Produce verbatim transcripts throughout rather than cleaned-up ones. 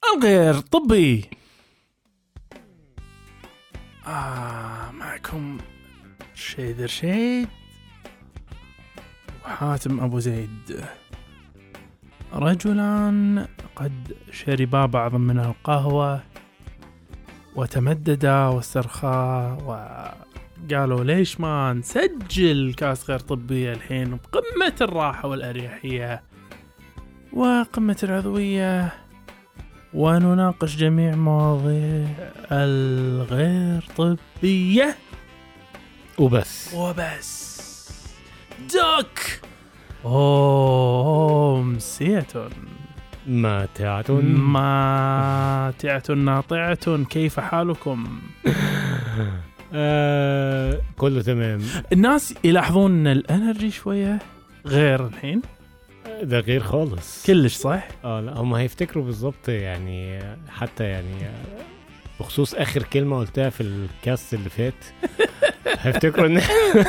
الغير طبي. آه معكم شيد رشيد وحاتم أبو زيد، رجلان قد شربا بعض من القهوة وتمددا واسترخا وقالوا ليش ما نسجل كاس غير طبية الحين بقمة الراحة والأريحية وقمة العضوية ونناقش جميع مواضيع الغير طبية وبس وبس. دوك أوه مسيتون ماتعة ماتعة ناطعة، كيف حالكم؟ آه، كله تمام. الناس يلاحظون الانرجي شوية غير الحين، ده غير خالص كلش صح؟ اه لا هم هيفتكروا بالظبط يعني، حتى يعني بخصوص اخر كلمة قلتها في الكاست اللي فات هيفتكروا ان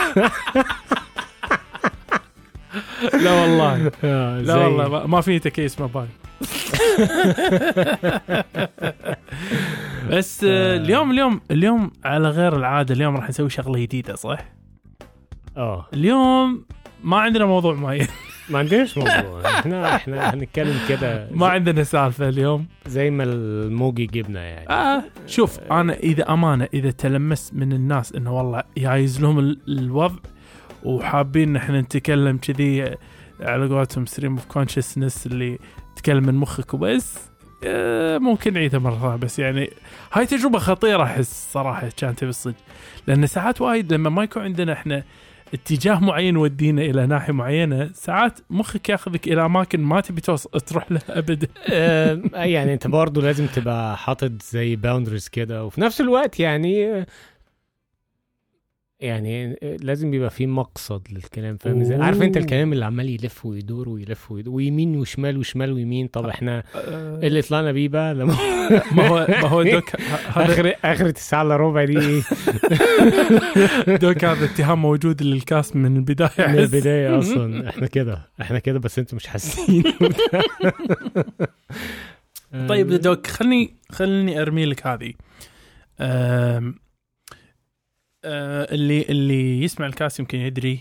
لا والله آه، لا والله ما- ما في تكيس موبايل. بس آه، اليوم اليوم اليوم على غير العادة، اليوم راح نسوي شغلة جديدة صح؟ اه اليوم ما عندنا موضوع معين، ما عندناش موضوع، احنا احنا هنتكلم كده ما عندنا سالفة اليوم. زي ما الموجي جبنا يعني. آه شوف أنا إذا أمانة إذا تلمس من الناس إنه والله يعايز لهم ال- الوضع وحابين إحنا نتكلم كذي على قولتهم stream of consciousness اللي تكلم من مخك وبس، آه ممكن نعيدها مرة، بس يعني هاي تجربة خطيرة أحس صراحة كانت بالصدق، لأن ساعات وايد لما ما يكون عندنا إحنا اتجاه معين ودينا إلى ناحية معينة، ساعات مخك ياخذك إلى أماكن ما تبي توصل تروح له أبدا. آه، يعني انت برضو لازم تبقى حاطط زي باوندرز كده، وفي نفس الوقت يعني يعني لازم يبقى فيه مقصد للكلام، فاهم ازاي؟ عارف انت الكلام اللي عمال يلف ويدور ويلف ويدور ويمين وشمال وشمال ويمين. طب احنا اللي طلعنا بيه بقى لما ما هو ما هو دوك هذا اخر اخر الساعه الا ربع دي دوك هذا اتهام موجود للكاس من البدايه من البدايه اصلا. احنا كده احنا كده بس انتوا مش حاسين. طيب دوك خلني خلني ارمي لك هذه. أم أه اللي اللي يسمع الكاس يمكن يدري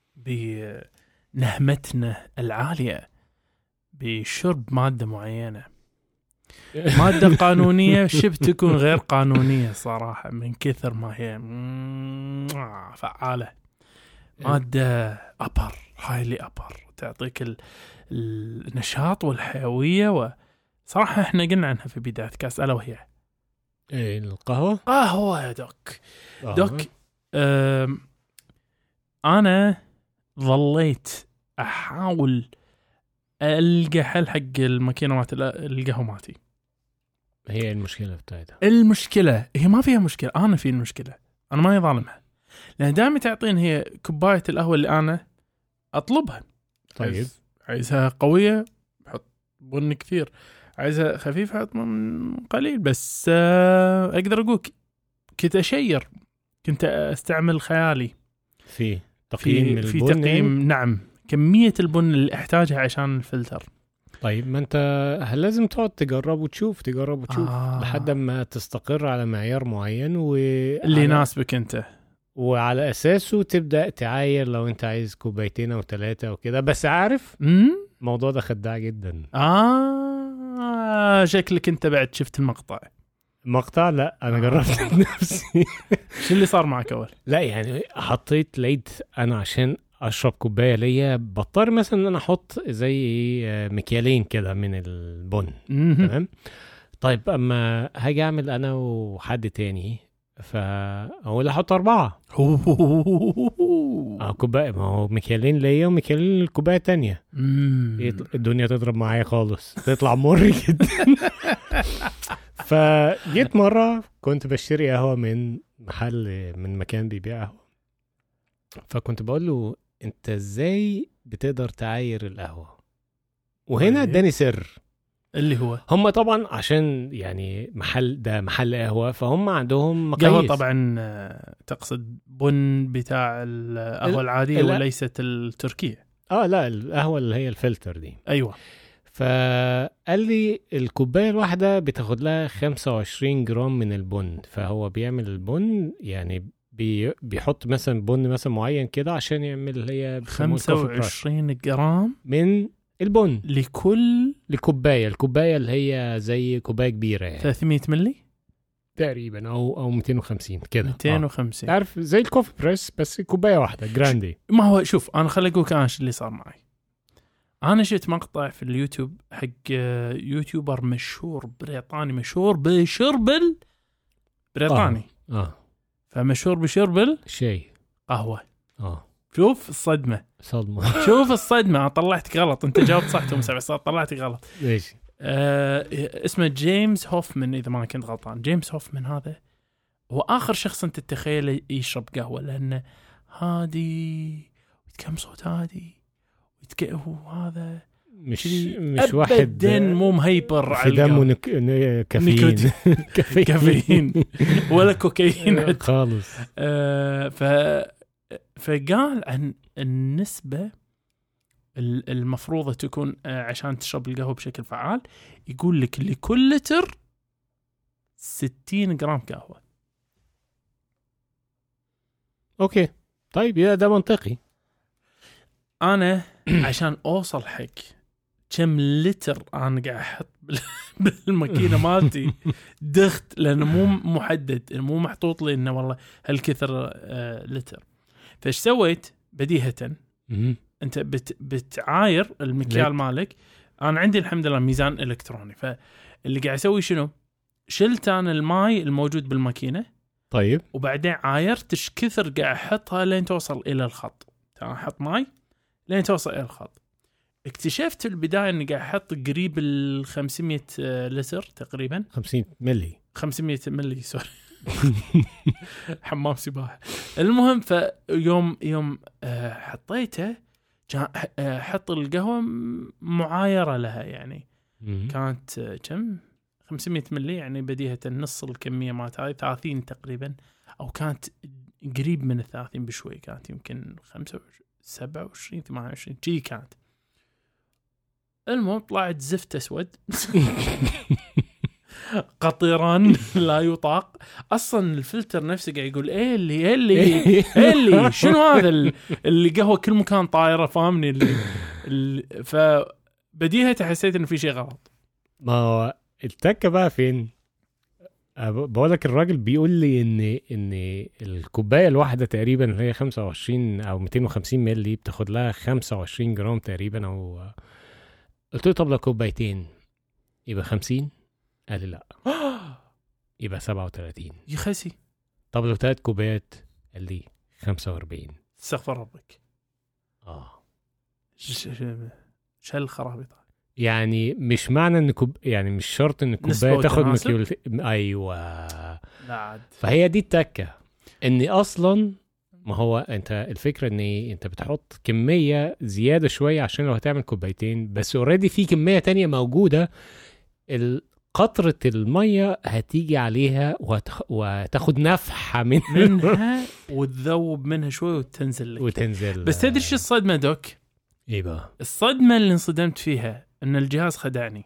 بنهمتنا العاليه بشرب ماده معينه، ماده قانونيه شبه تكون غير قانونيه صراحه من كثر ما هي فعاله. ماده ابر هايلي ابر تعطيك ال... النشاط والحيويه، وصراحه احنا قلنا عنها في بدايه كاس الا وهي ايه القهوه. قهوه يا دوك. آه. دوك أم... انا ظليت احاول القى حل حق الماكينات القهوه ماتي. هي المشكله بتاعتها، المشكله هي ما فيها مشكله، انا في المشكله، انا ما يظالمها، لان دائما تعطيني هي كوبايه القهوه اللي انا اطلبها. طيب عايز عايزها قويه حط بن كثير، عايزها خفيفه حط من قليل، بس آه اقدر اقول كنت اشير، كنت استعمل خيالي في تقييم في, في البن تقييم يعني؟ نعم كميه البن اللي احتاجها عشان الفلتر. طيب ما انت هل لازم تقعد تجرب وتشوف تجرب وتشوف آه. لحد ما تستقر على معيار معين و اللي يناسبك انت، وعلى اساسه تبدا تعاير لو انت عايز كوبايتين او ثلاثه وكده. بس عارف امم الموضوع ده خداع جدا. اه شكلك انت بعد شفت المقطع. مقطع؟ لا انا جربت بنفسي. شو اللي صار معك اول؟ لا يعني حطيت لقيت انا عشان اشرب كوبايه ليا بضطر مثلا ان انا احط زي مكيالين كده من البن، تمام؟ طيب اما هاجي اعمل انا وحد تاني فاقول احط اربعه اه كوبايه، ما هو مكيالين ليا ومكيالين الكوبايه تانية. الدنيا تضرب معايا خالص، تطلع مر جدا. فجيت مره كنت بشتري قهوه من محل من مكان بيبيع قهوه، فكنت بقول له انت ازاي بتقدر تعاير القهوه؟ وهنا اداني سر اللي هو هم طبعا عشان يعني محل ده محل قهوه فهم عندهم مقاييس. قهوه طبعا تقصد بن بتاع القهوه العاديه وليست التركيه؟ اه لا القهوه اللي هي الفلتر دي. ايوه. فقال لي الكوباية الواحدة بتاخد لها خمسة وعشرين جرام من البن. فهو بيعمل البن يعني بي بيحط مثلا بن مثلا معين كده عشان يعمل هي خمسة وعشرين جرام من البن لكل لكوباية. الكوباية اللي هي زي كوباية كبيرة يعني ثلاثمية ملي تقريبا او او مئتين وخمسين كده. مئتين وخمسين آه. تعرف زي الكوفي بريس بس كوباية واحدة جراندي. ما هو شوف انا خلي اقولك انا اللي صار معي. انا شفت مقطع في اليوتيوب حق يوتيوبر مشهور بريطاني مشهور بشرب بريطاني اه, آه. فمشهور بشرب شيء قهوة. اه شوف الصدمة صدمة شوف الصدمة طلعتك غلط. انت جاوبت صح توم سبع صار طلعتك غلط. ليش؟ آه اسمه جيمس هوفمان اذا ما كنت غلطان. جيمس هوفمان هذا هو اخر شخص انت تتخيله يشرب قهوة لانه هادي ويتكلم صوت هادي ويتك هو هذا مش مش واحد ابدا مو مهيبر في دمه نك... كافيين كافيين ولا كوكايين خالص. آه ف فقال عن النسبة المفروضة تكون عشان تشرب القهوة بشكل فعال. يقول لك لكل لتر ستين جرام قهوة. اوكي طيب يا ده منطقي. انا عشان اوصل حق كم لتر انا قاعد احط بالماكينه مالتي دخت لانه مو محدد مو محطوط لي انه والله هالكثر آه لتر. فايش سويت بديهه انت بت بتعاير المكيال مالك. انا عندي الحمد لله ميزان الكتروني فاللي قاعد اسوي شنو شلت انا الماي الموجود بالماكينه طيب وبعدين عايرت ايش كثر قاعد احطها لين توصل الى الخط. تمام احط ماي لين توصل الى الخط. اكتشفت في البدايه اني قاعد احط قريب ال خمسمية لتر تقريبا خمسين ملي خمسمية ملي سوري حمام سباحه. المهم فيوم يوم حطيته حط القهوه معايره لها يعني كانت كم خمسمية ملي يعني بديهه نص الكميه مالت هاي ثلاثين تقريبا او كانت قريب من الثلاثين بشوي كانت يمكن خمسة سبعة وعشرين ثمانية وعشرين جي كانت. المهم طلعت زفت أسود قطران لا يطاق أصلا. الفلتر نفسه قاعد يقول إيه اللي إيه اللي إيه اللي شنو هذا اللي قهوة كل مكان طايرة فاهمني اللي, اللي فبديهة حسيت إنه في شيء غلط. ما هو التكة بقى فين؟ بقولك الراجل بيقول لي ان ان الكوبايه الواحده تقريبا هي خمسة وعشرين او مئتين وخمسين مللي بتاخد لها خمسة وعشرين جرام تقريبا. او قلت له طب لو كوبايتين يبقى خمسين؟ قال لي لا يبقى سبعة وثلاثين. يا خسي. طب لو ثلاث كوبايات؟ قال لي خمسة وأربعين. استغفر ربك. اه شل خرابيط يعني مش معنى ان كوب يعني مش شرط ان الكوبايه تاخد مكيول. ايوه لا فهي دي التكه ان اصلا ما هو انت الفكره ان انت بتحط كميه زياده شويه عشان لو هتعمل كوبايتين بس اوريدي في كميه تانية موجوده. قطره الميه هتيجي عليها وهتخ... وتاخد نفحه من منها وتذوب منها شوي وتنزل لك وتنزل. بس تدري شو الصدمه دوك؟ ايه بقى الصدمه اللي انصدمت فيها ان الجهاز خدعني.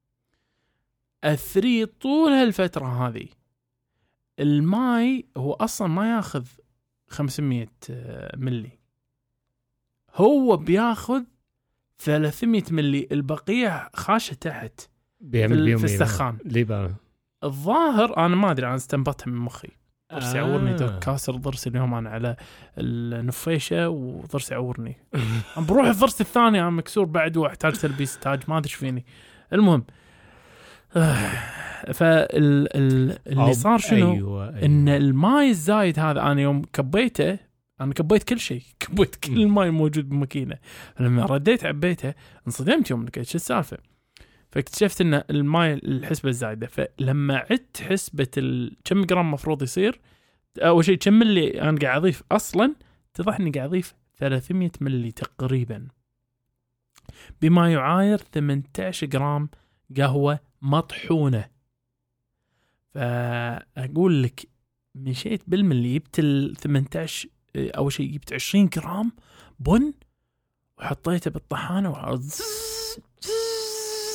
أثري طول هالفتره هذه الماي هو اصلا ما ياخذ خمسمية ملي هو بياخذ ثلاثمية ملي. البقيه خاشه تحت بيعمل في السخان. ليه بقى؟ الظاهر انا ما ادري انا استنبطها من مخي. ضرسي يعورني آه. دوك كاسر ضرسي اليوم انا على النفيشه وضرسي يعورني. بروح الضرس الثاني انا مكسور بعد واحتاج تلبيس تاج ما ادري فيني. المهم فاللي صار شنو أيوة أيوة. ان الماء الزايد هذا انا يوم كبيته انا كبيت كل شيء كبيت كل الماء موجود بالماكينه. لما رديت عبيته انصدمت يوم لقيت شو السالفه. فاكتشفت ان الماء الحسبه الزايده. فلما عدت حسبه كم جرام مفروض يصير اول شيء كم اللي انا قاعد اضيف اصلا اتضح اني قاعد اضيف ثلاثمية ملي تقريبا بما يعاير ثمانية عشر جرام قهوه مطحونه. فاقول لك مشيت بالملي جبت ال ثمانية عشر اول شيء جبت عشرين جرام بن وحطيته بالطحانه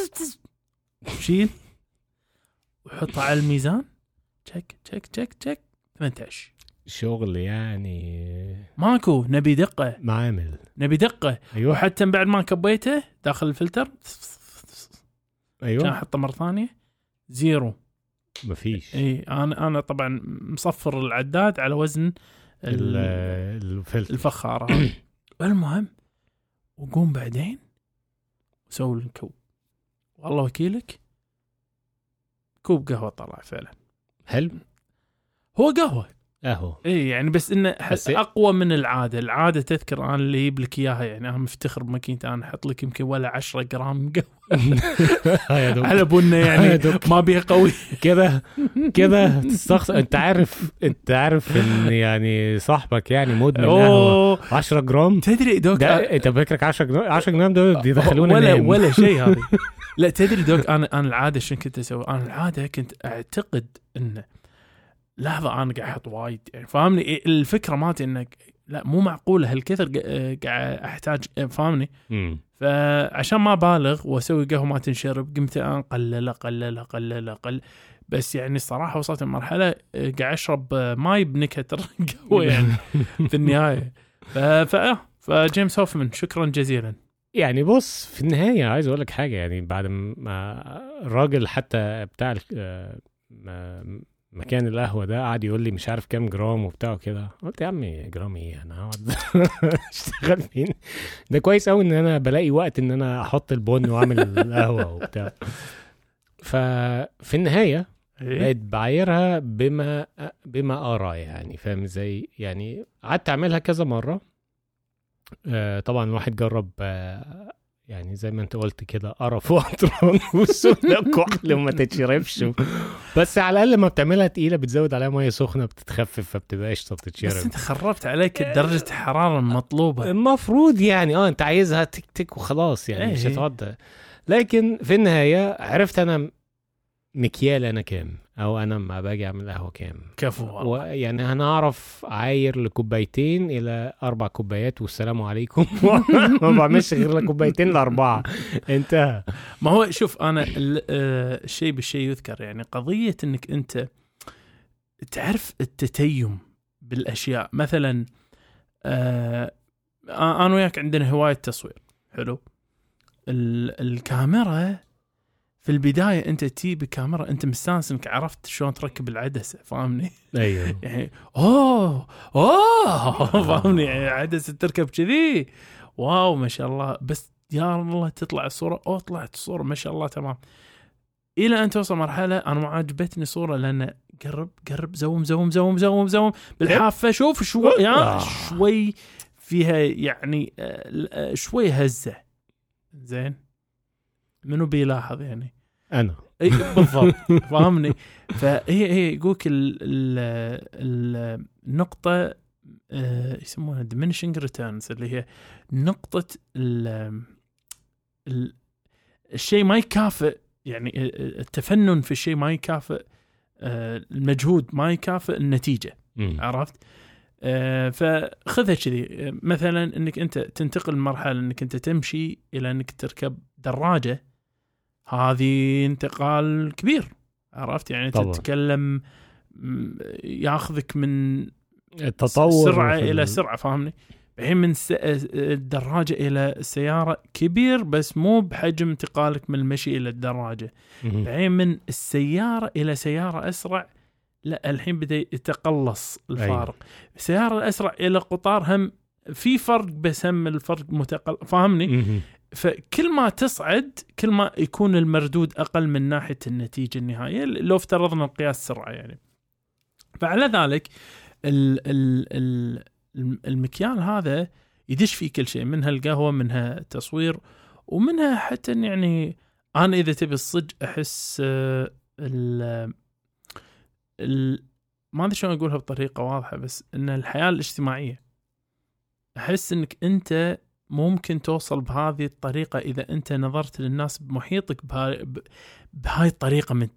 شيل وحطها على الميزان، تشك تشك تشك تشك ثمانية عشر. شغل يعني ماكو، نبي دقة، معامل، نبي دقة. أيوة. وحتى بعد ما كبيته داخل الفلتر أيوة كان أحطه مرة ثانية زيرو، مفيش. اي انا انا طبعا مصفر العداد على وزن الفلتر الفخاره. المهم وقوم بعدين وسوي الكوب، والله وكيلك كوب قهوه طلع فعلا حلو. هو قهوه اهو اي يعني، بس انه بس اقوى من العاده. العاده تذكر انا اللي يجيب لك اياها، يعني انا مفتخر بماكينتي، انا احط لك يمكن ولا عشرة جرام قهوه على بنه يعني ما بيها قوي كده كده تستخص. انت عارف انت عارف ان يعني صاحبك يعني مدمن قهوه عشرة جرام. تدري دوك ده انت فاكرك عشرة جرام عشرة جرام دول بيدخلوني ولا نايم. ولا شيء هذا. لا تدري دوك انا انا العاده شنو كنت اسوي؟ انا العاده كنت اعتقد انه لحظه انا قاعد احط وايد يعني، فاهمني الفكره مالتي انك لا مو معقوله هالكثر قاعد احتاج، فاهمني. فعشان ما بالغ واسوي قهوه ما تنشرب قمت انا قلل قلل قلل قلل، بس يعني الصراحه وصلت لمرحله قاعد اشرب ماي بنكهه القهوه يعني في النهايه. ف ف فجيمس هوفمان شكرا جزيلا. يعني بص في النهايه عايز اقول لك حاجه، يعني بعد ما الراجل حتى بتاع مكان القهوة ده قاعد يقول لي مش عارف كام جرام وبتاع كده، قلت يا عمي جرام ايه انا هقعد اشتغل فين؟ ده كويس قوي ان انا بلاقي وقت ان انا احط البن واعمل القهوة وبتاع. ففي النهاية بقيت بعايرها بما بما ارى يعني، فاهم ازاي؟ يعني قعدت اعملها كذا مرة. آه طبعا الواحد جرب آه يعني زي ما انت قلت كده قرف وقطران والسودة كحل وما تتشربش، بس على الاقل ما بتعملها تقيله بتزود عليها ميه سخنه بتتخفف فبتبقى قشطه بتتشرب. بس انت خربت عليك درجه الحراره المطلوبه المفروض يعني اه انت عايزها تك تك وخلاص يعني. ايه مش هتقعد. لكن في النهايه عرفت انا مكيال انا كام، او انا ما باجي اعمل قهوه كام كفو يعني هنعرف عاير لكوبايتين الى اربع كوبايات والسلام عليكم. ما بعملش غير لكوبايتين لاربعه انت. ما هو شوف انا الشيء بالشيء يذكر، يعني قضيه انك انت تعرف التتيم بالاشياء. مثلا آه انا وياك عندنا هوايه تصوير حلو. الكاميرا في البداية أنت تي بكاميرا أنت مستانس إنك عرفت شلون تركب العدسة، فاهمني؟ أيوه يعني أوه أوه فاهمني يعني عدسة تركب كذي واو ما شاء الله. بس يا الله تطلع الصورة أو طلعت الصورة ما شاء الله تمام، إلى أن توصل مرحلة أنا ما عجبتني صورة لأن قرب قرب زوم زوم زوم زوم زوم بالحافة شوف شوي يا شوي فيها يعني شوي هزة زين. منو بيلاحظ يعني؟ أنا اي بالضبط فاهمني. فهي هي يقولك النقطة آه يسمونها diminishing returns، اللي هي نقطة ال ال الشيء ما يكافئ، يعني التفنن في الشيء ما يكافئ آه المجهود ما يكافئ النتيجة. م. عرفت؟ آه فخذها كذي مثلا انك انت تنتقل مرحلة انك انت تمشي الى انك تركب دراجة، هذه انتقال كبير. عرفت يعني طبعا. تتكلم ياخذك من التطور سرعة إلى سرعة، فاهمني؟ الحين من الدراجة إلى السيارة كبير بس مو بحجم انتقالك من المشي إلى الدراجة. الحين من السيارة إلى سيارة أسرع، لا الحين بدأ يتقلص الفارق. أيوه. السيارة الأسرع إلى قطار هم في فرق بس هم الفرق متقل، فاهمني؟ فكل ما تصعد كل ما يكون المردود أقل من ناحية النتيجة النهائية لو افترضنا القياس سرعة يعني. فعلى ذلك ال ال ال المكيال هذا يدش فيه كل شيء، منها القهوة منها تصوير ومنها حتى يعني أنا إذا تبي الصج أحس ال ال ما أدري شلون أقولها بطريقة واضحة، بس إن الحياة الاجتماعية أحس إنك أنت ممكن توصل بهذه الطريقة إذا أنت نظرت للناس بمحيطك بهاي, بهاي الطريقة من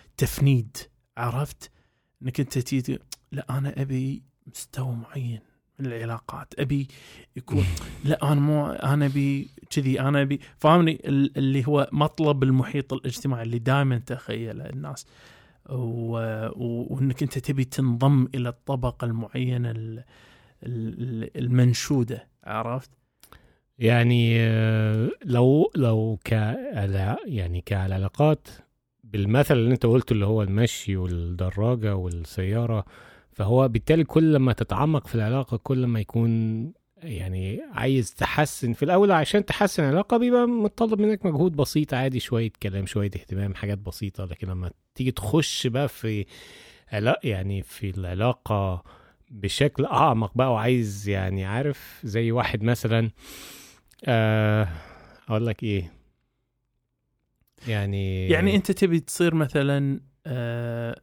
التفنيد. عرفت؟ أنك أنت تيجي لا أنا أبي مستوى معين من العلاقات أبي يكون لا أنا مو أنا أبي كذي أنا أبي فاهمني اللي هو مطلب المحيط الاجتماعي اللي دائما تخيله الناس و... وإنك أنت تبي تنضم إلى الطبقة المعينة المنشودة عرفت يعني لو لو ك يعني كعلاقات بالمثل اللي انت قلته اللي هو المشي والدراجة والسيارة فهو بالتالي كل ما تتعمق في العلاقة كل ما يكون يعني عايز تحسن في الأول عشان تحسن العلاقة بيبقى متطلب منك مجهود بسيط عادي شوية كلام شوية اهتمام حاجات بسيطة لكن لما تيجي تخش بقى في لا يعني في العلاقة بشكل أعمق بقى وعايز يعني عارف زي واحد مثلا أه أقول لك إيه يعني يعني أنت تبي تصير مثلا أه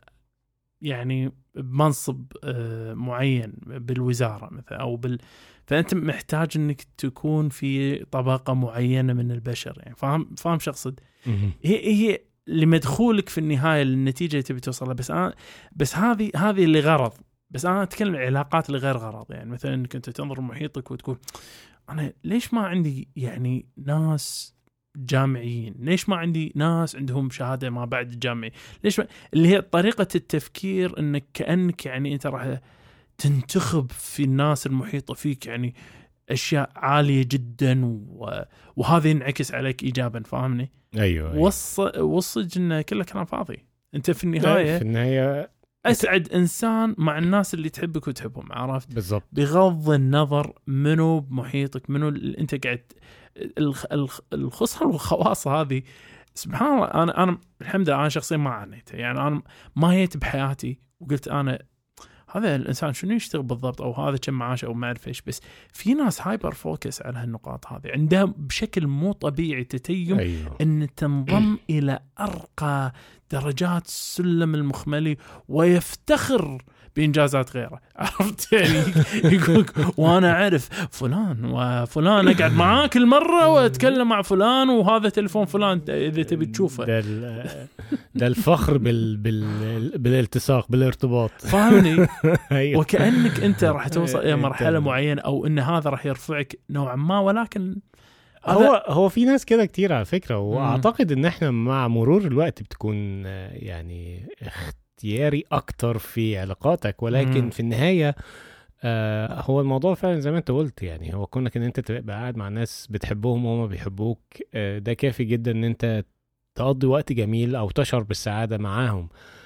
يعني بمنصب أه معين بالوزارة مثلا أو بال فأنت محتاج إنك تكون في طبقة معينة من البشر يعني فاهم فاهم شو أقصد هي هي لمدخولك في النهاية للنتيجة تبي توصلها بس أنا بس هذه هذه اللي غرض بس أنا أتكلم عن علاقات لغير غرض يعني مثلا إنك أنت تنظر محيطك وتقول أنا ليش ما عندي يعني ناس جامعيين ليش ما عندي ناس عندهم شهادة ما بعد الجامعي ليش ما... اللي هي طريقة التفكير إنك كأنك يعني أنت راح تنتخب في الناس المحيطة فيك يعني أشياء عالية جدا و... وهذا ينعكس عليك إيجابا فاهمني أيوة, أيوة. وص... وصج إنه كله كلام فاضي أنت في النهاية في النهاية أسعد إنسان مع الناس اللي تحبك وتحبهم عرفت بالضبط بغض النظر منو بمحيطك منو اللي أنت قاعد الخ... الخ... الخصوصا والخواص هذه سبحان الله أنا أنا الحمد لله أنا شخصيا ما عانيت يعني أنا ما هيت بحياتي وقلت أنا هذا الإنسان شنو يشتغل بالضبط أو هذا كم معاش أو ما أعرف إيش بس في ناس هايبر فوكس على هالنقاط هذه عندها بشكل مو طبيعي تتيم أيوه. أن تنضم إلى أرقى درجات السلم المخملي ويفتخر بإنجازات غيره عرفت يعني يقولك وأنا أعرف فلان وفلان أقعد معاه كل مرة وأتكلم مع فلان وهذا تلفون فلان إذا تبي تشوفه ده, ده الفخر بال بال بالالتصاق بالارتباط فاهمني وكأنك أنت راح توصل إلى مرحلة معينة أو إن هذا راح يرفعك نوعا ما ولكن هو هو في ناس كده كتير على فكرة وأعتقد إن إحنا مع مرور الوقت بتكون يعني اختياري أكتر في علاقاتك ولكن مم. في النهاية آه هو الموضوع فعلا زي ما أنت قلت يعني هو كونك إن أنت تبقى قاعد مع ناس بتحبهم وهم بيحبوك آه ده كافي جدا إن أنت تقضي وقت جميل أو تشعر بالسعادة معاهم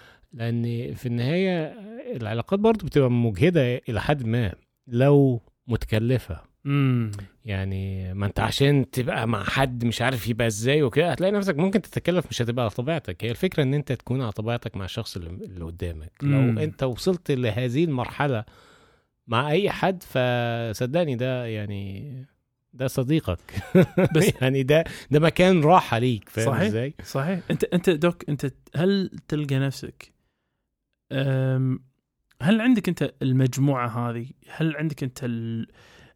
لأن في النهاية العلاقات برضو بتبقى مجهدة إلى حد ما لو متكلفة امم يعني ما انت عشان تبقى مع حد مش عارف يبقى ازاي وكده هتلاقي نفسك ممكن تتكلف مش هتبقى على طبيعتك هي الفكرة ان انت تكون على طبيعتك مع الشخص اللي قدامك مم. لو انت وصلت لهذه المرحلة مع اي حد فصدقني ده يعني ده صديقك بس يعني ده ده مكان راحة ليك فاهم صحيح ازاي صحيح انت انت دوك انت هل تلقى نفسك أم هل عندك انت المجموعة هذه هل عندك انت ال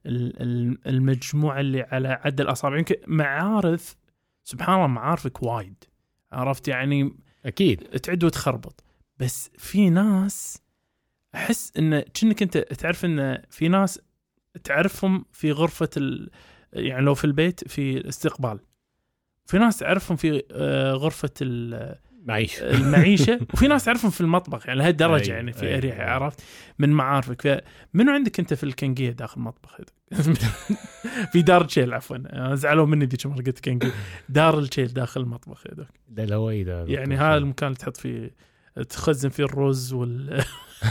المجموعة اللي على عد الأصابع يمكن معارف سبحان الله معارفك وايد عرفت يعني أكيد تعد وتخربط بس في ناس أحس إن كأنك أنت تعرف إن في ناس تعرفهم في غرفة ال... يعني لو في البيت في الاستقبال في ناس تعرفهم في غرفة المعيشة المعيشة وفي ناس تعرفهم في المطبخ يعني لهالدرجة أيوة يعني في أيوة أريحة أيوة. عرفت من معارفك منو عندك أنت في الكنجية داخل المطبخ في دار الشيل عفوا زعلوا مني ديك مرة قلت كنجية دار الشيل داخل المطبخ هذاك ده لو إيه ده يعني هذا المكان اللي تحط فيه تخزن فيه الرز وال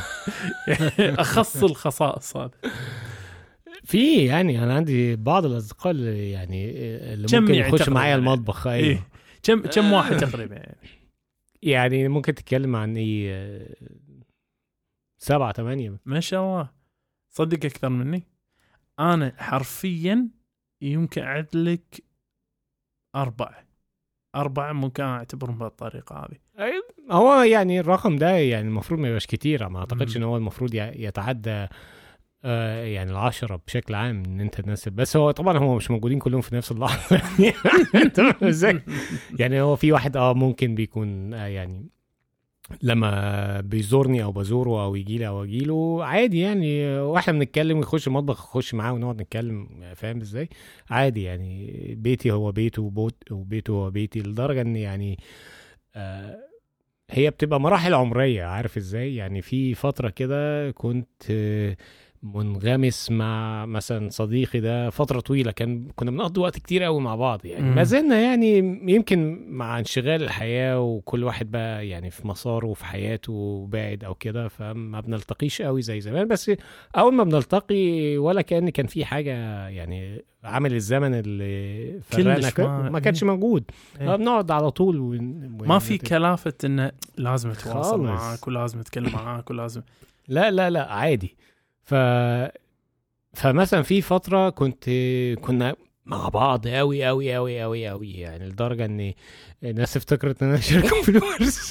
أخص الخصائص هذا في يعني أنا عندي بعض الأصدقاء اللي يعني اللي ممكن يخش معايا المطبخ أيوة. إيه كم كم واحد تقريبا يعني يعني ممكن تتكلم عن إيه سبعة ثمانية ما شاء الله صدق أكثر مني أنا حرفيا يمكن أعدلك أربعة أربعة ممكن أعتبرهم بهالطريقة هذه هو يعني الرقم ده يعني المفروض ما يبقاش كتير ما أعتقدش إن هو المفروض يتعدى آه يعني العشرة بشكل عام إن أنت تناسب بس هو طبعا هم مش موجودين كلهم في نفس اللحظة يعني هو في واحد آه ممكن بيكون آه يعني لما بيزورني او بزوره او يجي لي او اجي له عادي يعني، واحنا بنتكلم ويخش المطبخ اخش معاه ونقعد نتكلم، فاهم ازاي؟ عادي يعني، بيتي هو بيته وبوت وبيته هو بيتي، لدرجه ان يعني آه هي بتبقى مراحل عمريه، عارف ازاي؟ يعني في فتره كده كنت آه منغمس مع مثلا صديقي ده فترة طويلة، كان كنا بنقضي وقت كتير قوي مع بعض يعني، ما زلنا يعني، يمكن مع انشغال الحياة وكل واحد بقى يعني في مساره وفي حياته بعيد او كده، فما بنلتقيش قوي زي زمان. بس اول ما بنلتقي ولا كأن كان في حاجة يعني، عامل الزمن اللي فرقنا ما كانش موجود. إيه. بنقعد على طول و... ما في كلافة انه لازم اتواصل معاك ولازم اتكلم معاك ولازم لا لا لا عادي. ف فمثلا في فترة كنت كنا مع بعض قوي قوي قوي قوي قوي يعني، لدرجة ان الناس افتكرت ان انا شاركهم في الورث.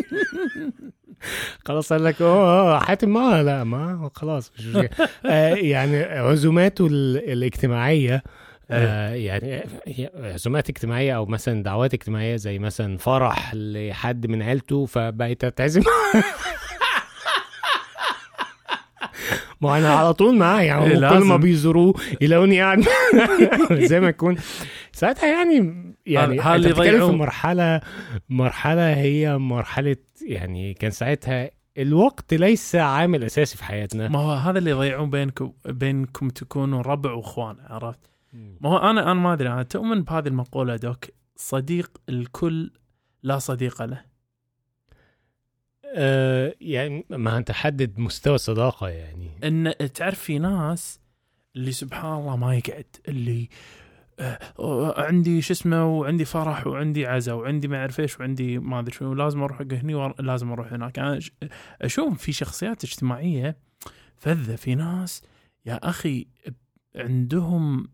خلاص قال لك اه حاتم ما لا ما خلاص مش آه يعني عزوماته الاجتماعية آه يعني عزومات اجتماعية او مثلا دعوات اجتماعية زي مثلا فرح لحد من عيلته، فبقيت اتعزم ما انا على طول معاه يعني، كل ما بيزوروه يلاقوني قاعد زي ما يكون ساعتها يعني. يعني انت بتتكلم في مرحله مرحله هي مرحله يعني، كان ساعتها الوقت ليس عامل اساسي في حياتنا. ما هو هذا اللي يضيعون بينكم بينكم تكونوا ربع واخوان، عرفت؟ ما هو انا انا ما ادري، انا تؤمن بهذه المقوله دوك، صديق الكل لا صديق له. أه يعني ما انت حدد مستوى الصداقه يعني، ان تعرف في ناس اللي سبحان الله ما يقعد، اللي آه عندي شو اسمه وعندي فرح وعندي عزا وعندي ما اعرف ايش وعندي ما ادري شو، لازم اروح هني ولازم اروح هناك. انا اشوف في شخصيات اجتماعيه فذة، في ناس يا اخي عندهم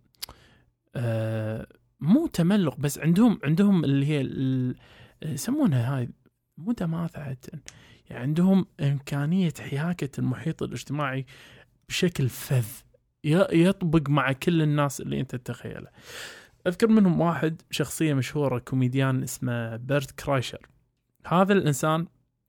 آه مو تملق، بس عندهم عندهم اللي هي يسمونها هاي مو تماثعة يعني، عندهم إمكانية حياكة المحيط الاجتماعي بشكل فذ يطبق مع كل الناس اللي أنت تتخيله. أذكر منهم واحد شخصية مشهورة كوميديان اسمه بيرت كرايشر. هذا الإنسان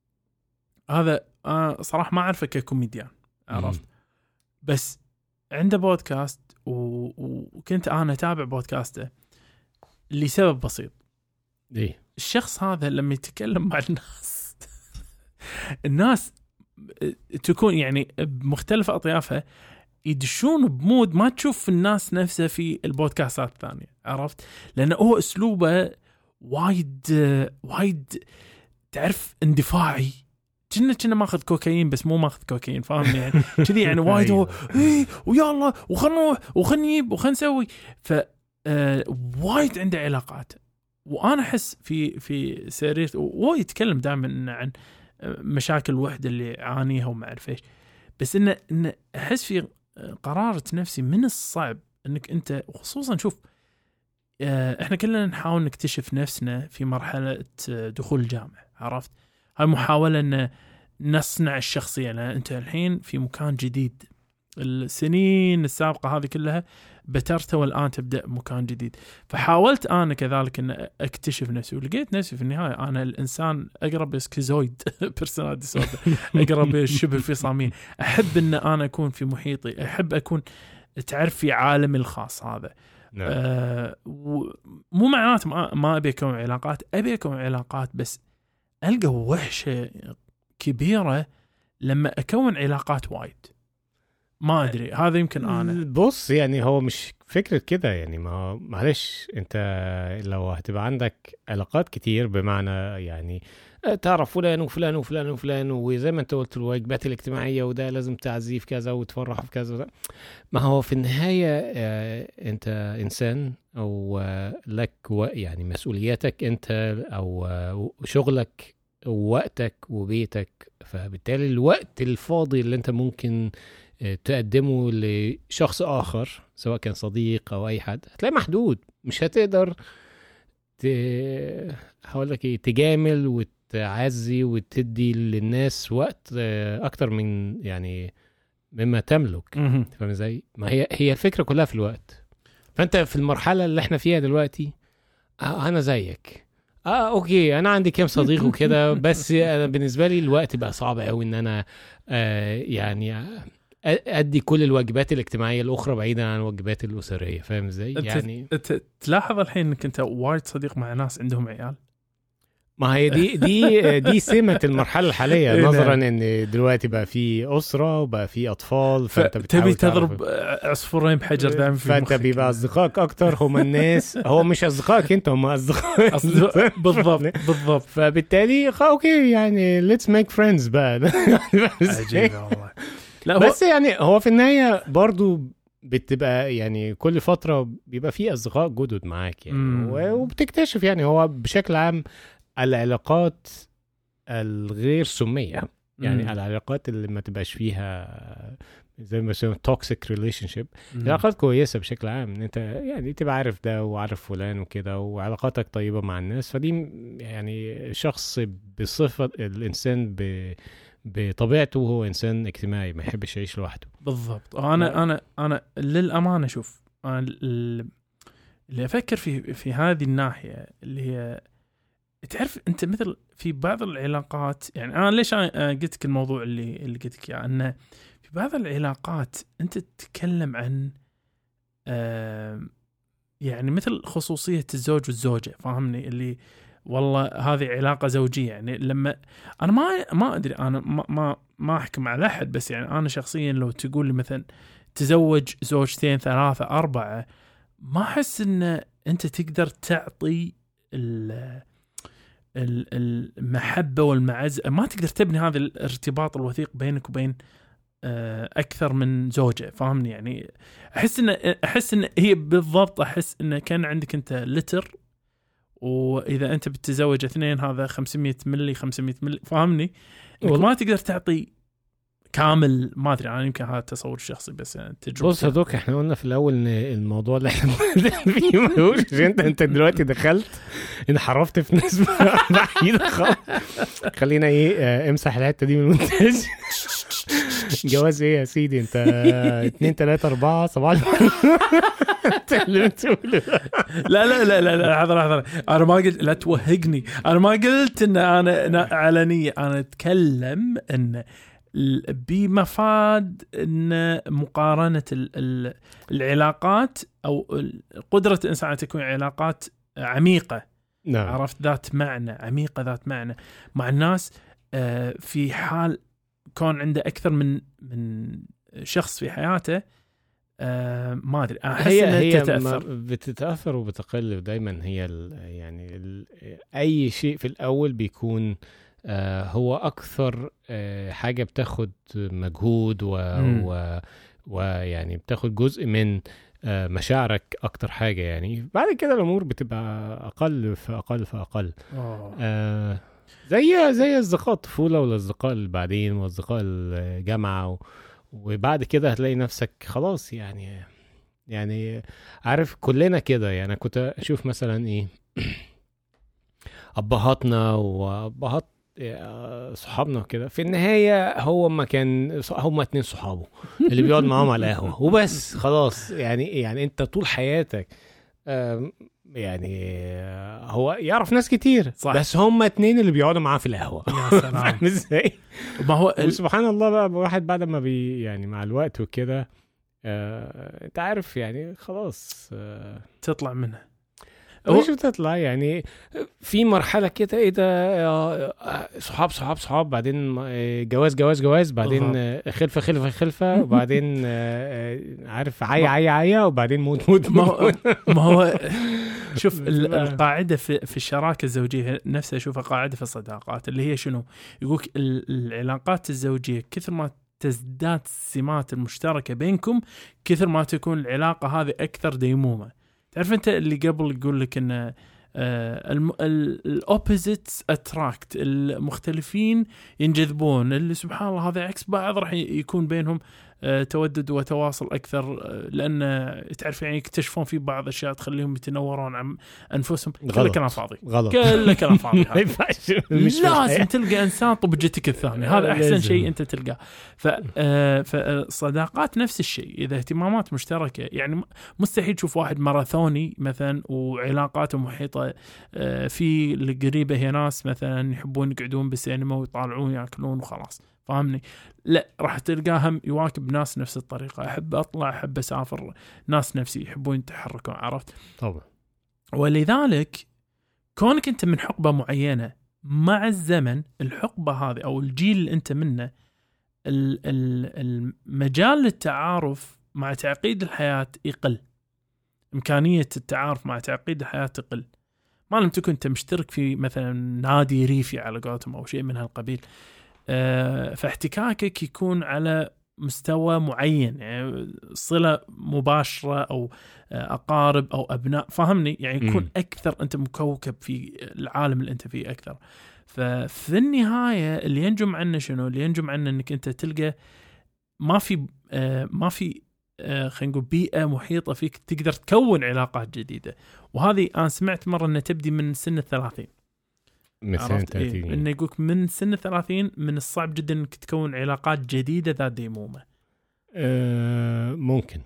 هذا آه صراحة ما أعرفه ككوميديان، عرفت؟ بس عنده بودكاست و... وكنت أنا أتابع بودكاسته لسبب بسيط. إيه؟ الشخص هذا لما يتكلم مع الناس الناس تكون يعني بمختلف أطيافها يدشون بمود ما تشوف في الناس نفسها في البودكاستات الثانية، عرفت؟ لأنه هو أسلوبه وايد وايد تعرف اندفاعي، كنا كنا ماخذ كوكايين بس مو ماخذ كوكايين، فاهمني يعني كذي يعني وايد هو إيه ويلا وخلنا نروح وخلنا نجيب وخلنا نسوي. ف وايد عنده علاقات، وانا احس في في سيرته وهو يتكلم دائما عن مشاكل الوحده اللي يعانيها وما اعرف ايش، بس انه إن احس في قرارة نفسي من الصعب انك انت، وخصوصا شوف احنا كلنا نحاول نكتشف نفسنا في مرحله دخول الجامعه، عرفت؟ هاي محاوله ان نصنع الشخصيه، لان انت الحين في مكان جديد، السنين السابقه هذه كلها بترته والآن تبدأ مكان جديد. فحاولت أنا كذلك أن أكتشف نفسي، ولقيت نفسي في النهاية أنا الإنسان أقرب سكيزويد بيرسوناليتي ديسوردر، أقرب شبه الفصامية. أحب أن أنا أكون في محيطي، أحب أكون تعرف في عالمي الخاص هذا. نعم. آه مو معناته ما, ما أبي أكون علاقات، أبي أكون علاقات، بس ألقى وحشة كبيرة لما أكون علاقات وايد. ما أدري، هذا يمكن أنا بص يعني هو مش فكرة كده يعني، ما معلش انت لو هتبقى عندك علاقات كتير بمعنى يعني تعرف فلان وفلان وفلان وفلان، وزي ما انت قلت الواجبات الاجتماعية وده لازم تعزيه في كذا وتفرح في كذا، ما هو في النهاية انت انسان او لك يعني مسؤولياتك انت او شغلك ووقتك وبيتك، فبالتالي الوقت الفاضي اللي انت ممكن تقدمه لشخص آخر سواء كان صديق أو أي حد هتلاقي محدود. مش هتقدر ت... هقول لك إيه، تجامل وتعزي وتدي للناس وقت أكتر من يعني مما تملك. فاهم إزاي؟ ما هي هي الفكرة كلها في الوقت. فأنت في المرحلة اللي إحنا فيها دلوقتي أنا زيك، اه اوكي انا عندي كام صديق وكده، بس انا بالنسبه لي الوقت بقى صعب قوي ان انا آه يعني ادي كل الواجبات الاجتماعيه الاخرى بعيدا عن الواجبات الاسريه. فاهم ازاي؟ يعني تلاحظ الحين انك انت وايد صديق مع ناس عندهم عيال. ما هي دي دي دي سمة المرحله الحاليه، نظرا ان دلوقتي بقى في اسره وبقى في اطفال، فانت تبي تضرب عصفورين بحجر دائما في فانت بيبقى اصدقائك اكتر هم الناس، هو مش اصدقائك انت، هم اصدقائك بالضبط بالضبط. فبالتالي اوكي يعني let's make friends بقى. عجيب والله. لا بس هو يعني هو في النهايه برضو بتبقى يعني كل فتره بيبقى في اصدقاء جدد معاك يعني، مم. وبتكتشف يعني هو بشكل عام العلاقات الغير سمية، يعني مم. العلاقات اللي ما تبقاش فيها زي ما يسمى toxic relationship، علاقات كويسة بشكل عام، ان انت يعني تبقى عارف ده وعارف فلان وكده وعلاقاتك طيبة مع الناس، فدي يعني شخص بصفة الانسان ب بطبيعته هو انسان اجتماعي ما يحبش يعيش لوحده. بالضبط. انا انا انا للامانة شوف، أنا اللي افكر في في هذه الناحية اللي هي تعرف انت مثل في بعض العلاقات، يعني انا ليش قلت لك الموضوع اللي اللي قلت لك اياه، انه في بعض العلاقات انت تتكلم عن آه يعني مثل خصوصية الزوج والزوجة، فاهمني؟ اللي والله هذه علاقة زوجية، يعني لما انا ما ما ادري، انا ما ما, ما احكم على احد، بس يعني انا شخصيا لو تقول لي مثلا تزوج زوجتين ثلاثة أربعة، ما احس ان انت تقدر تعطي ال المحبة والمعزة، ما تقدر تبني هذا الارتباط الوثيق بينك وبين أكثر من زوجة، فاهمني؟ يعني أحس إن أحس إن هي بالضبط، أحس إن كان عندك أنت لتر، وإذا أنت بتتزوج اثنين هذا خمسمية ملي خمسمية ملي، فاهمني؟ ما تقدر تعطي كامل، ما ادري انا يمكن هذا التصور الشخصي بس يعني تجربه. بص هذوك احنا قلنا في الاول ان الموضوع اللي احنا فيه ملوش، انت انت دلوقتي دخلت انحرفت في نسبه بعيده خالص. خلينا ايه اه امسح الحته دي من المونتاج. جواز ايه يا سيدي انت؟ اتنين تلاتة اربعة صباح لا لا لا لا لا حضر حضر انا ما قلت لا توهقني، انا ما قلت ان انا علنيه، انا اتكلم ان بمفاد ان مقارنه العلاقات او قدره الانسان ان تكون علاقات عميقه. نعم. عرفت؟ ذات معنى، عميقه ذات معنى مع الناس، في حال كون عنده اكثر من من شخص في حياته، ما ادري احس انها هي تتاثر بتتاثر وبتقل دايما. هي ال يعني ال اي شيء في الاول بيكون آه هو أكثر آه حاجة بتاخد مجهود و, و, ويعني بتاخد جزء من آه مشاعرك أكتر حاجة، يعني بعد كده الأمور بتبقى أقل فأقل فأقل. آه زي زي أصدقاء الطفولة والأصدقاء اللي بعدين وأصدقاء الجامعة و, وبعد كده هتلاقي نفسك خلاص يعني يعني عارف كلنا كده. يعني كنت أشوف مثلا إيه أبهاتنا وأبهات صحابنا كده، في النهاية هو ما كان هم اتنين صحابه اللي بيقعد معاهم على القهوة وبس خلاص. يعني يعني انت طول حياتك يعني هو يعرف ناس كتير صح. بس هم اتنين اللي بيقعدوا معاه في القهوة. يا سلام. ازاي؟ ما هو ال... سبحان الله بقى واحد بعد ما بي يعني مع الوقت وكده آه... انت عارف يعني خلاص آه... تطلع منها مش بتطلع يعني في مرحلة كده ايه ده صحاب صحاب صحاب، بعدين جواز جواز جواز، بعدين خلفة خلفة خلفة، وبعدين عارف عاية عاية عاية، وبعدين موت موت ما هو ما هو شوف القاعدة في في الشراكة الزوجية نفسها، شوفها قاعدة في الصداقات اللي هي شنو يقولك العلاقات الزوجية كثر ما تزداد السمات المشتركة بينكم كثر ما تكون العلاقة هذه أكثر ديمومة. تعرف انت اللي قبل يقول لك ان الاوبوزيتس اتراكت، المختلفين ينجذبون، اللي سبحان الله هذا عكس بعض راح يكون بينهم تودد وتواصل أكثر، لأن تعرف يعني يكتشفون في بعض الأشياء تخليهم يتنورون عن أنفسهم. كله كلام فاضي، كله كلام فاضي. لازم تلقى إنسان طبجتك الثانية، هذا أحسن شيء أنت تلقاه. فالصداقات نفس الشيء، إذا اهتمامات مشتركة، يعني مستحيل تشوف واحد ماراثوني مثلا وعلاقاته محيطة في القريبة هي ناس مثلا يحبون يقعدون بالسينما ويطالعون يأكلون وخلاص، فاهمني؟ لا، راح تلقاهم يواكب ناس نفس الطريقة، أحب أطلع أحب أسافر، ناس نفسي يحبون يتحركون، عرفت؟ طبعا. ولذلك كونك أنت من حقبة معينة، مع الزمن الحقبة هذه أو الجيل اللي أنت منه، المجال للتعارف مع تعقيد الحياة يقل، إمكانية التعارف مع تعقيد الحياة تقل. ما لم تكن أنت مشترك في مثلا نادي ريفي على قولتهم أو شيء من هالقبيل، أه فاحتكاكك يكون على مستوى معين، يعني صلة مباشرة أو أقارب أو أبناء، فهمني؟ يعني يكون م. أكثر أنت مكوكب في العالم اللي أنت فيه أكثر. ففي النهاية اللي ينجم عنه شنو؟ اللي ينجم عنه أنك أنت تلقى ما في أه ما في أه خلينا نقول بيئة محيطة فيك تقدر تكون علاقات جديدة. وهذه أنا سمعت مرة أنها تبدي من سن الثلاثين، من سنة ثلاثين، إيه؟ إنه يقولك من سن الثلاثين من الصعب جدا إنك تكون علاقات جديدة ذات ديمومة. أه ممكن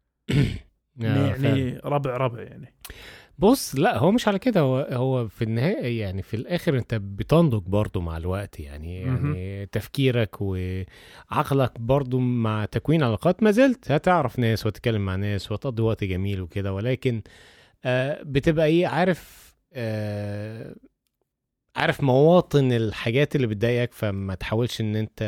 يعني ربع ربع يعني. بص، لا هو مش على كده، هو هو في النهاية يعني في الآخر أنت بتنضج برضو مع الوقت، يعني يعني تفكيرك وعقلك برضو مع تكوين علاقات، ما زلت هتعرف ناس وتتكلم مع ناس وتقضي وقت جميل وكده، ولكن آه بتبقى إيه، عارف آه عارف مواطن الحاجات اللي بتضايقك، فما تحاولش ان انت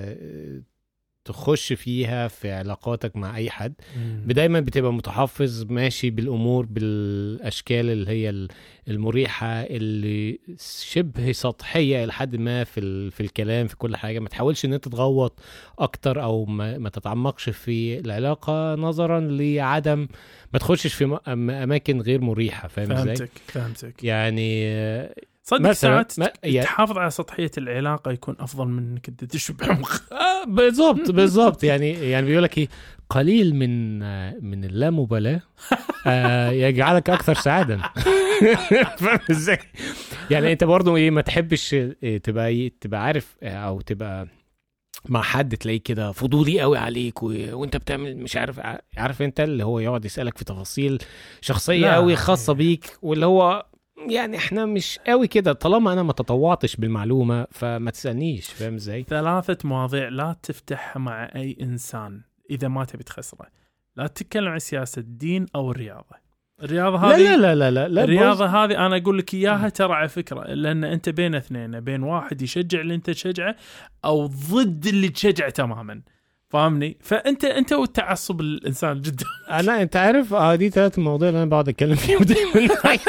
تخش فيها في علاقاتك مع اي حد. دايما بتبقى متحفظ ماشي بالامور بالاشكال اللي هي المريحة اللي شبه سطحية لحد ما في في الكلام في كل حاجة. ما تحاولش ان انت تغوط اكتر او ما, ما تتعمقش في العلاقة نظرا لعدم ما تخشش في اماكن غير مريحة. فاهم ازاي؟ فهمتك فهمتك يعني صدق ساعات ما... تحافظ على سطحية العلاقة يكون أفضل من إنك أنت تشبع مخ. آه بالضبط بالضبط. يعني يعني بيقولك إيه، قليل من من اللامبالاة آه يجعلك أكثر سعادة. فاهم إزاي؟ يعني أنت برضو إيه، ما تحبش إيه تبقى إيه تبقى عارف أو تبقى مع حد تلاقيه كده فضولي قوي عليك و... وانت بتعمل مش عارف عارف انت اللي هو يقعد يسألك في تفاصيل شخصية قوي خاصة بيك، واللي هو يعني احنا مش قوي كده، طالما انا ما تطوعتش بالمعلومة فما تسألنيش. فاهم ازاي؟ ثلاثة مواضيع لا تفتحها مع اي انسان اذا ما تبي تخسره. لا تتكلم عن سياسة، الدين او الرياضة. الرياضة هذه لا لا لا لا, لا الرياضة هذه انا اقول لك اياها ترى على فكرة، لان انت بين اثنين، بين واحد يشجع اللي انت تشجعه او ضد اللي تشجعه تماما. فاهمني؟ فانت انت والتعصب الانسان جدا. انا انت عارف اه دي ثلاث مواضيع اللي انا بقعد اتكلم فيهم دايما.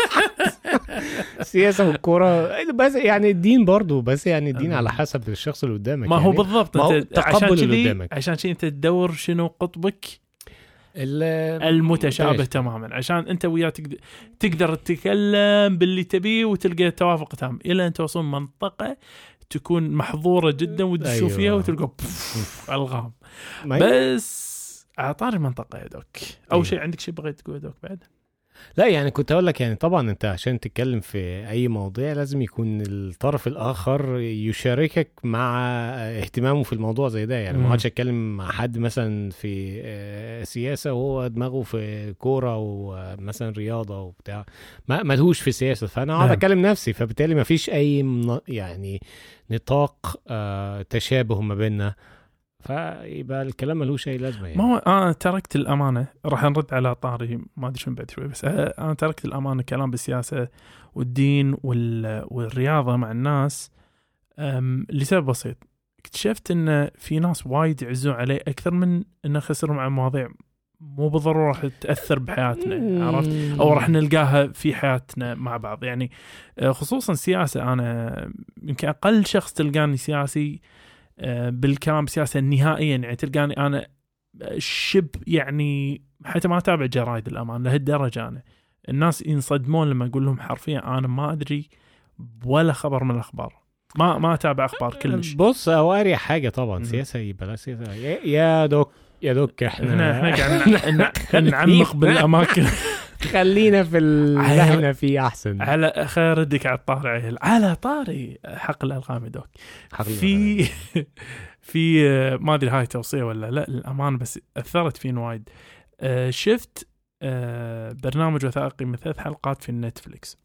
السياسه والكوره بس، يعني الدين برضو، بس يعني الدين على حسب الشخص اللي قدامك. ما هو يعني بالضبط، انت عشان كذي عشان شيء انت تدور شنو قطبك المتشابه تماما، عشان انت وياه تقدر, تقدر تتكلم باللي تبيه وتلقى توافق تام، الى ان توصل منطقه تكون محظورة جدا وتشوف أيوة. فيها وتلقى ألغام. بس أعطاني المنطقة يا دوك. أو أيوة. شيء عندك شيء بغيت تقول دوك بعد؟ لا يعني كنت أقول لك، يعني طبعا أنت عشان تتكلم في أي موضوع لازم يكون الطرف الآخر يشاركك مع اهتمامه في الموضوع زي ده. يعني ما قعدش أتكلم مع حد مثلا في سياسة وهو دماغه في كورة ومثلا رياضة وبتاع، ما ملهوش في سياسة، فأنا قاعد أتكلم نفسي، فبالتالي ما فيش أي يعني نطاق آه تشابه ما بيننا، فيبقى الكلام ملوش أي لازمة. يعني ما هو أنا تركت الأمانة، راح نرد على طاري ما أدري شو بعد شوي، بس أنا تركت الأمانة كلام بالسياسة والدين والرياضة مع الناس لسبب بسيط. اكتشفت إن في ناس وايد يعزون عليه أكثر من إنه خسرهم عن مواضيع مو بالضرورة راح تأثر بحياتنا، عرفت؟ أو راح نلقاها في حياتنا مع بعض. يعني خصوصا سياسة، أنا يمكن أقل شخص تلقاني سياسي بالكلام سياسة نهائيا، يعني تلقاني أنا شب يعني حتى ما أتابع جرايد الأمان لهالدرجة. أنا الناس ينصدمون لما أقول لهم حرفيا أنا ما أدري ولا خبر من الأخبار، ما ما أتابع أخبار كلش. بص أواري حاجة طبعا م- سياسة يبقى سياسة يا دوك يا دوك احنا احنا احنا قاعد نعمق بالاماكن. خلينا في اللي احنا فيه احسن. على خير ردك على الطاري، على طاري حق الالغام دوك. في في ما ادري هاي توصيه ولا لا الامانه، بس اثرت فين وايد. اه شفت اه برنامج وثائقي من ثلاث حلقات في النتفليكس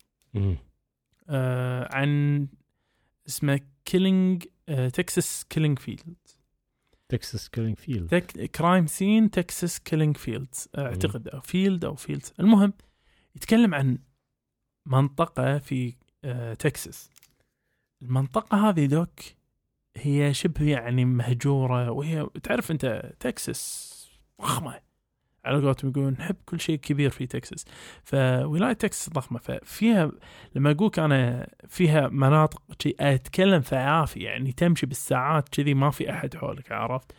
اه عن اسمه كيلينج تكساس كيلينج فيلد. تكساس كيلينج فيلد تك... كرايم سين تكساس كيلينج فيلدز اعتقد أو فيلد او فيلدز. المهم يتكلم عن منطقة في آه تكساس. المنطقة هذه دوك هي شبه يعني مهجورة، وهي تعرف انت تكساس ضخمة على قولتهم، يقولون نحب كل شيء كبير في تكساس. فولاية تكساس ضخمة، ففيها لما أقولك أنا فيها مناطق أتكلم فعافي يعني تمشي بالساعات كذي ما في أحد حولك، عرفت؟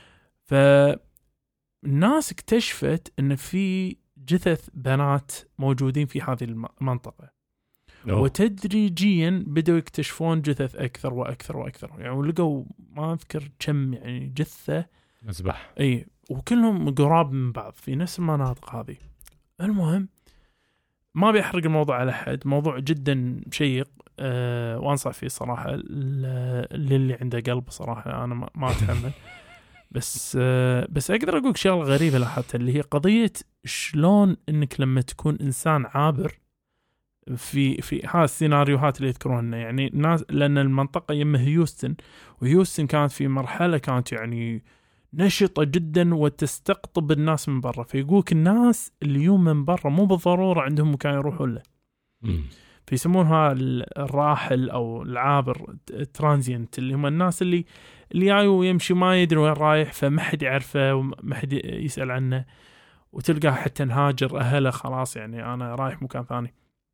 فالناس اكتشفت إن في جثث بنات موجودين في هذه المنطقة، أوه. وتدريجيا بدأوا يكتشفون جثث أكثر وأكثر وأكثر، يعني ولقوا ما أذكر كم يعني جثة مذبح، أي وكلهم قراب من بعض في نفس المناطق هذه. المهم ما بيحرق الموضوع على حد، موضوع جدا شيق أه وانصح فيه صراحة للي عنده قلب صراحة. أنا ما أتحمل بس أه بس أقدر أقولك شغلة غريبة لاحظتها، اللي هي قضية شلون إنك لما تكون إنسان عابر في في هذا السيناريوهات اللي يذكرونها، يعني الناس لأن المنطقة يمه هيوستن، وهيوستن كانت في مرحلة كانت يعني نشطة جدا وتستقطب الناس من برا، فيقولك الناس اليوم من برا مو بالضرورة عندهم مكان يروحون له، فيسمونها الراحل أو العابر ترانزينت، اللي هم الناس اللي اللي جاي ويمشي ما يدري وين رايح، فما حد يعرفه وما حد يسأل عنه، وتلقاه حتى نهاجر أهله خلاص يعني أنا رايح مكان ثاني،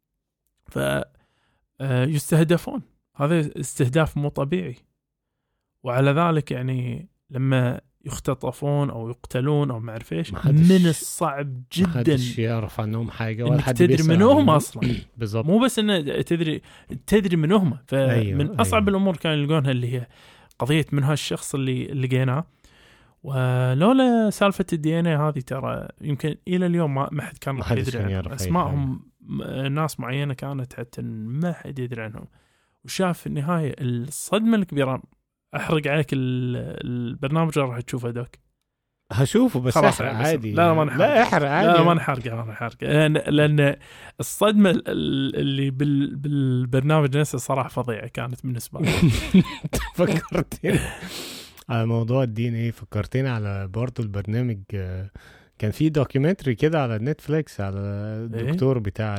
فيستهدفون. هذا استهداف مو طبيعي، وعلى ذلك يعني لما يختطفون او يقتلون او ما اعرف ايش من الصعب جدا ما حدش يعرف عنهم حاجه ولا حد تدري منهم اصلا. بالضبط، مو بس انه تدري تدري منهم. فمن أيوة اصعب أيوة. الامور كانوا يلقونها اللي هي قضيه من هالشخص اللي لقيناه، ولولا سالفه الدي ان اي هذه ترى يمكن الى اليوم ما حد كان يدري اسمائهم. ناس معينه كانت حتى ما حد يدري عنهم. وشاف في النهايه الصدمه الكبيره. احرق عليك البرنامج راح تشوفه دوك؟ هشوفه بس احرق عادي. لا ما نحرق. لا احرق عادي. لا ما نحرق انا نحرق لان لان الصدمه اللي بال بالبرنامج نفسه صراحه فظيعه كانت بالنسبه لي. فكرتني على موضوع الدين ايه، فكرتني على برضو البرنامج كان في دوكيومنتري كده على نتفليكس على الدكتور بتاع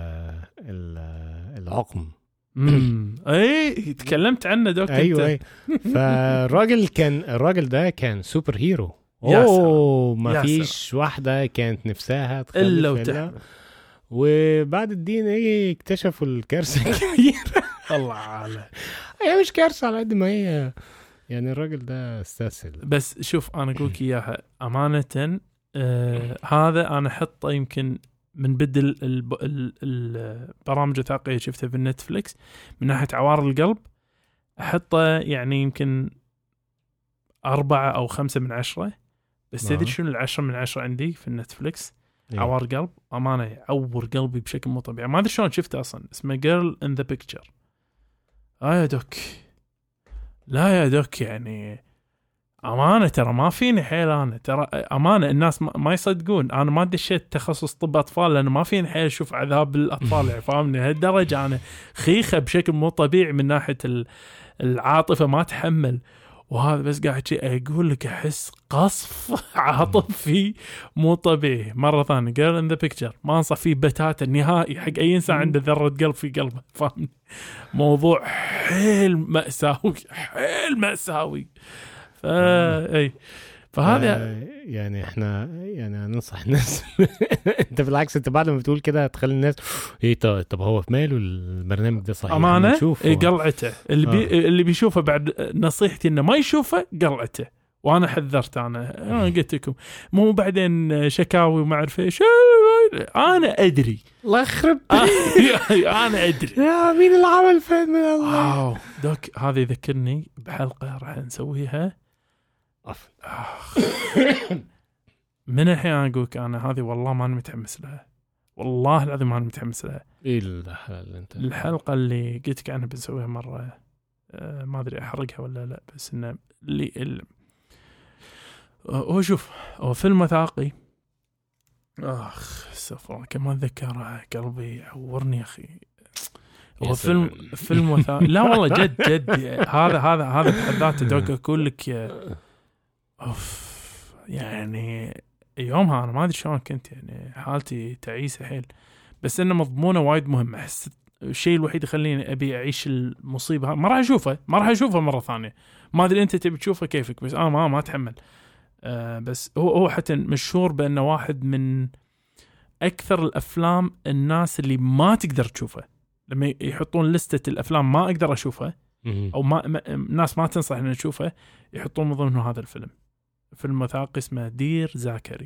العقم. امم اي تكلمت عنه دوك. ايوه اي. فالراجل كان الراجل ده كان سوبر هيرو. اوه ما فيش واحده كانت نفسها الا وتحمل. وبعد الدين ايه اكتشفوا الكارثه الكبيره. الله على هي مش كارثه على قد ما هي يعني الراجل ده استسهل. بس شوف انا اقولك اياها امانه، آه هذا انا احطه يمكن من بدل البرامج الوثائقية شفتها في النتفليكس من ناحية عوار القلب، أحطه يعني يمكن أربعة أو خمسة من عشرة. بس تدري شنو العشرة من عشرة عندي في النتفليكس؟ إيه؟ عوار قلب أمانة يعور قلبي بشكل مو طبيعي. ما أدري شلون شفته أصلا. اسمه Girl in the Picture. آه يا دوك، لا يا دوك يعني أمانة ترى ما فيني حيل أنا ترى أمانة الناس ما يصدقون أنا ما دشيت تخصص طب أطفال لأنه ما فيني حيل أشوف عذاب الأطفال يعني فاهمني هالدرجة أنا خيخة بشكل مو طبيعي من ناحية العاطفة ما تحمل. وهذا بس قاعد شيء أقول لك أحس قصف عاطفي مو طبيعي. مرة ثانية Girl in the Picture ما أنصح فيه بتاتا نهائي حق أي إنسان عنده ذرة قلب في قلبه فاهمني. موضوع حيل مأساوي حيل مأساوي. اي فهذا يعني احنا يعني ننصح الناس. انت بالعكس انت بعد ما بتقول كده تخلي الناس ايه طب هو في ماله البرنامج ده صحيح امانه إيه قلعته اللي بي آه. اللي بيشوفه بعد نصيحتي انه ما يشوفه قلعته. وانا حذرت انا انا قلت لكم مو بعدين شكاوي وما اعرف ايش انا ادري الله يخرب انا ادري يا مين اللي عمل فين من الله. واو دوك هذا يذكرني بحلقه راح نسويها عفوا. من الحين أنا أقولك أنا هذه والله ما أنا متحمس لها، والله العظيم ما أنا متحمس لها. إيه الحلقة اللي أنت الحلقة اللي قلتك عنها بنسويها مرة، آه ما أدري أحرقها ولا لا، بس إنه اللي ال... هو شوف هو فيلم وثائقي. آخ استغفر كمان ذكرها قلبي عورني يا أخي. هو فيلم فيلم وثائقي لا والله جد جد هذا هذا هذا بحد ذاته دوك أقول لك أوف يعني يومها أنا ما أدري شلون كنت، يعني حالتي تعيسة حيل، بس إنه مضمونه وايد مهم. أحس الشيء الوحيد يخليني أبي أعيش المصيبة ما راح أشوفه ما راح أشوفه مرة ثانية. ما أدري أنت تبي تشوفه كيفك، بس أنا ما ما أتحمل. آه بس هو هو حتى مشهور بأنه واحد من أكثر الأفلام الناس اللي ما تقدر تشوفه، لما يحطون لستة الأفلام ما أقدر أشوفها أو ما, ما الناس ما تنصح إن نشوفه، يحطون من ضمنه هذا الفيلم. فيلم وثائقي اسمه دير زاكري.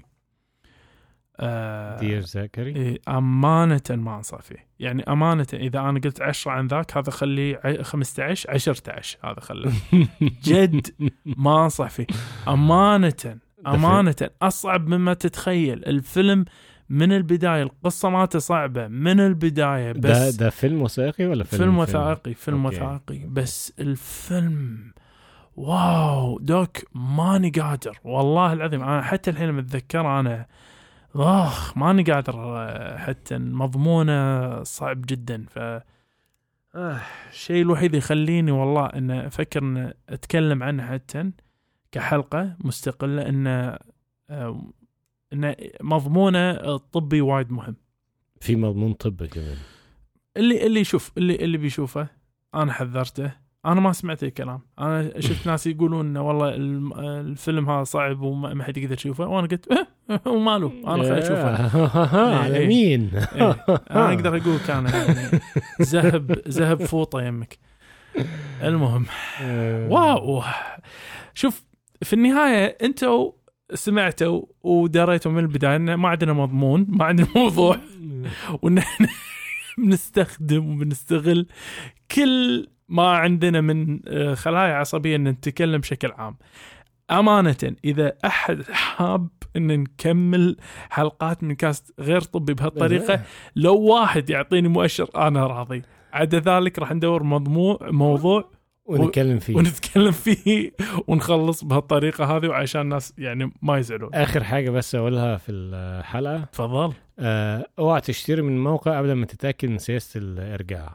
آه دير زاكري أمانة ما أنصح فيه، يعني أمانة إذا أنا قلت عشرة عن ذاك هذا خليه خمسة عشر عشرة عشر هذا خليه جد ما أنصح فيه أمانة أمانة. أصعب مما تتخيل الفيلم من البداية، القصة ماته صعبة من البداية. بس ده, ده فيلم وثائقي ولا فيلم فيلم وثائقي فيلم وثائقي بس الفيلم واو دوك ماني قادر والله العظيم. أنا حتى الحين متذكر أنا آخ ماني قادر، حتى مضمونه صعب جدا. ف آه الشيء الوحيد يخليني والله إن أفكر إن أتكلم عنه حتى كحلقة مستقلة إن آه إن مضمونه الطبي وايد مهم. في مضمون طبي كمان. اللي اللي يشوف اللي اللي بيشوفه أنا حذرته. أنا ما سمعت الكلام، أنا شفت ناس يقولون والله الفيلم هذا صعب وما حد يقدر يشوفه، وأنا قلت إيه وماله أنا خلي أشوفه. على مين؟ أنا أقدر أقول كان يعني ذهب ذهب فوطة يمك. المهم واو شوف في النهاية أنتوا سمعتوا ودريتوا من البداية إن ما عندنا مضمون ما عندنا موضوع، وإن إحنا بنستخدم وبنستغل كل ما عندنا من خلايا عصبية أن نتكلم بشكل عام. أمانة إذا أحد حاب أن نكمل حلقات من كاست غير طبي بهالطريقة، لو واحد يعطيني مؤشر أنا راضي. عدا ذلك راح ندور مضموع موضوع ونتكلم فيه ونتكلم فيه ونخلص بهالطريقة هذه، وعشان الناس يعني ما يزعلون. آخر حاجة بس أقولها في الحلقة، تفضل. آه، اوعى تشتري من موقع قبل ما تتأكد من سياسة الإرجاع.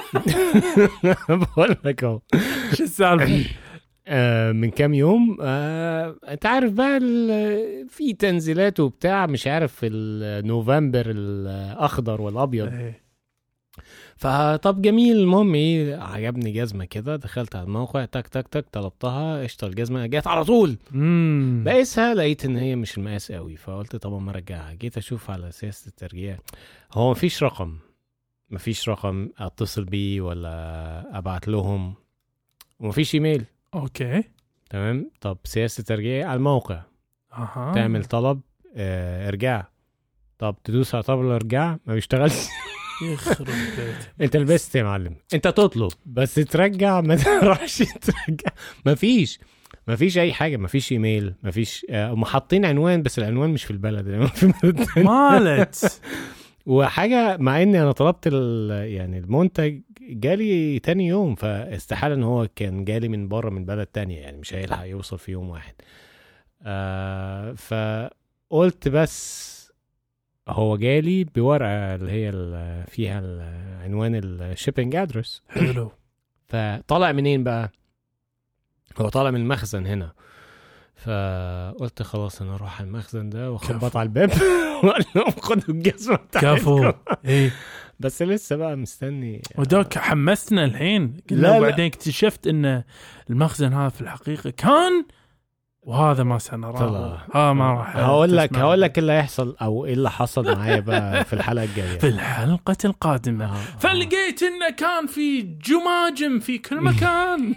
بقول لك اهو شو السالفة. آه من كام يوم آه انت عارف بقى في تنزيلات وبتاع مش عارف في النوفمبر الأخضر والأبيض. فطب جميل. المهم ايه عجبني جزمة كده، دخلت على الموقع تك تك تك طلبتها قشطة، الجزمة جات على طول. بقيسها لقيت ان هي مش المقاس قوي، فقلت طب ما ارجعها. جيت اشوف على سياسة الترجيع، هو مفيش رقم مفيش رقم اتصل بيه ولا ابعت لهم، ومفيش ايميل. اوكي تمام. طب سياسة ترجيع على الموقع، أه. تعمل طلب اه ارجع، طب تدوس على طلب الارجاع ما بيشتغلش. يخرب بيت. انت لبست يا معلم، انت تطلب بس ترجع ما تروحش ترجع. مفيش مفيش اي حاجه، مفيش ايميل، مفيش آه محطين عنوان بس العنوان مش في البلد يعني في مالت. وحاجه مع اني انا طلبت يعني المنتج جالي تاني يوم، فاستحاله ان هو كان جالي من بره من بلد تانية، يعني مش هيلحق يوصل في يوم واحد. آه فقلت بس هو جالي بورقة اللي هي اللي فيها العنوان الشيبينج ادرس. حلو. فطلع منين بقى؟ هو طالع من المخزن هنا. فقلت خلاص انا اروح على المخزن ده واخبط على الباب وقال لهم خدوا الجزمة بتاعتكم. كفو. ايه بس لسه بقى مستني. ودوك حمسنا الحين. لا وبعدين اكتشفت ان المخزن هذا في الحقيقة كان، وهذا ما سنراه. ها ما راح هقول لك هقول لك اللي هيحصل او ايه اللي حصل معايا بقى في الحلقه الجايه في الحلقه القادمه. آه. فلقيت انه كان في جماجم في كل مكان.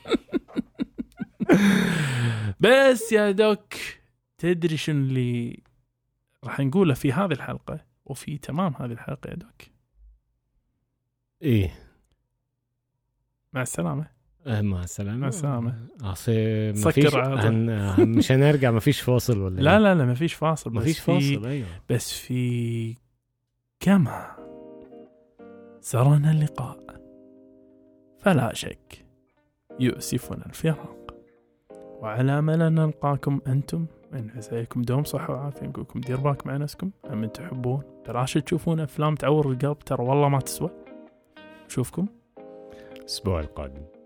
بس يا دوك تدري شنو اللي راح نقوله في هذه الحلقه وفي تمام هذه الحلقه يا دوك؟ ايه. مع السلامه. آه مع السلامة. مع السلامة. عصي سكر مفيش عادة. هن... مش هنرجع مفيش فاصل ولا لا إيه؟ لا لا مفيش فاصل، بس مفيش في فاصل أيوة. بس في كما سرنا اللقاء فلا شك يؤسفنا الفراق، وعلى أمل أن نلقاكم أنتم إن عساكم دوم صحة وعافية. نقولكم دير بالك مع نفسكم، أمن تحبون تراش تشوفون أفلام تعور القلب، ترى والله ما تسوى. نشوفكم الأسبوع القادم.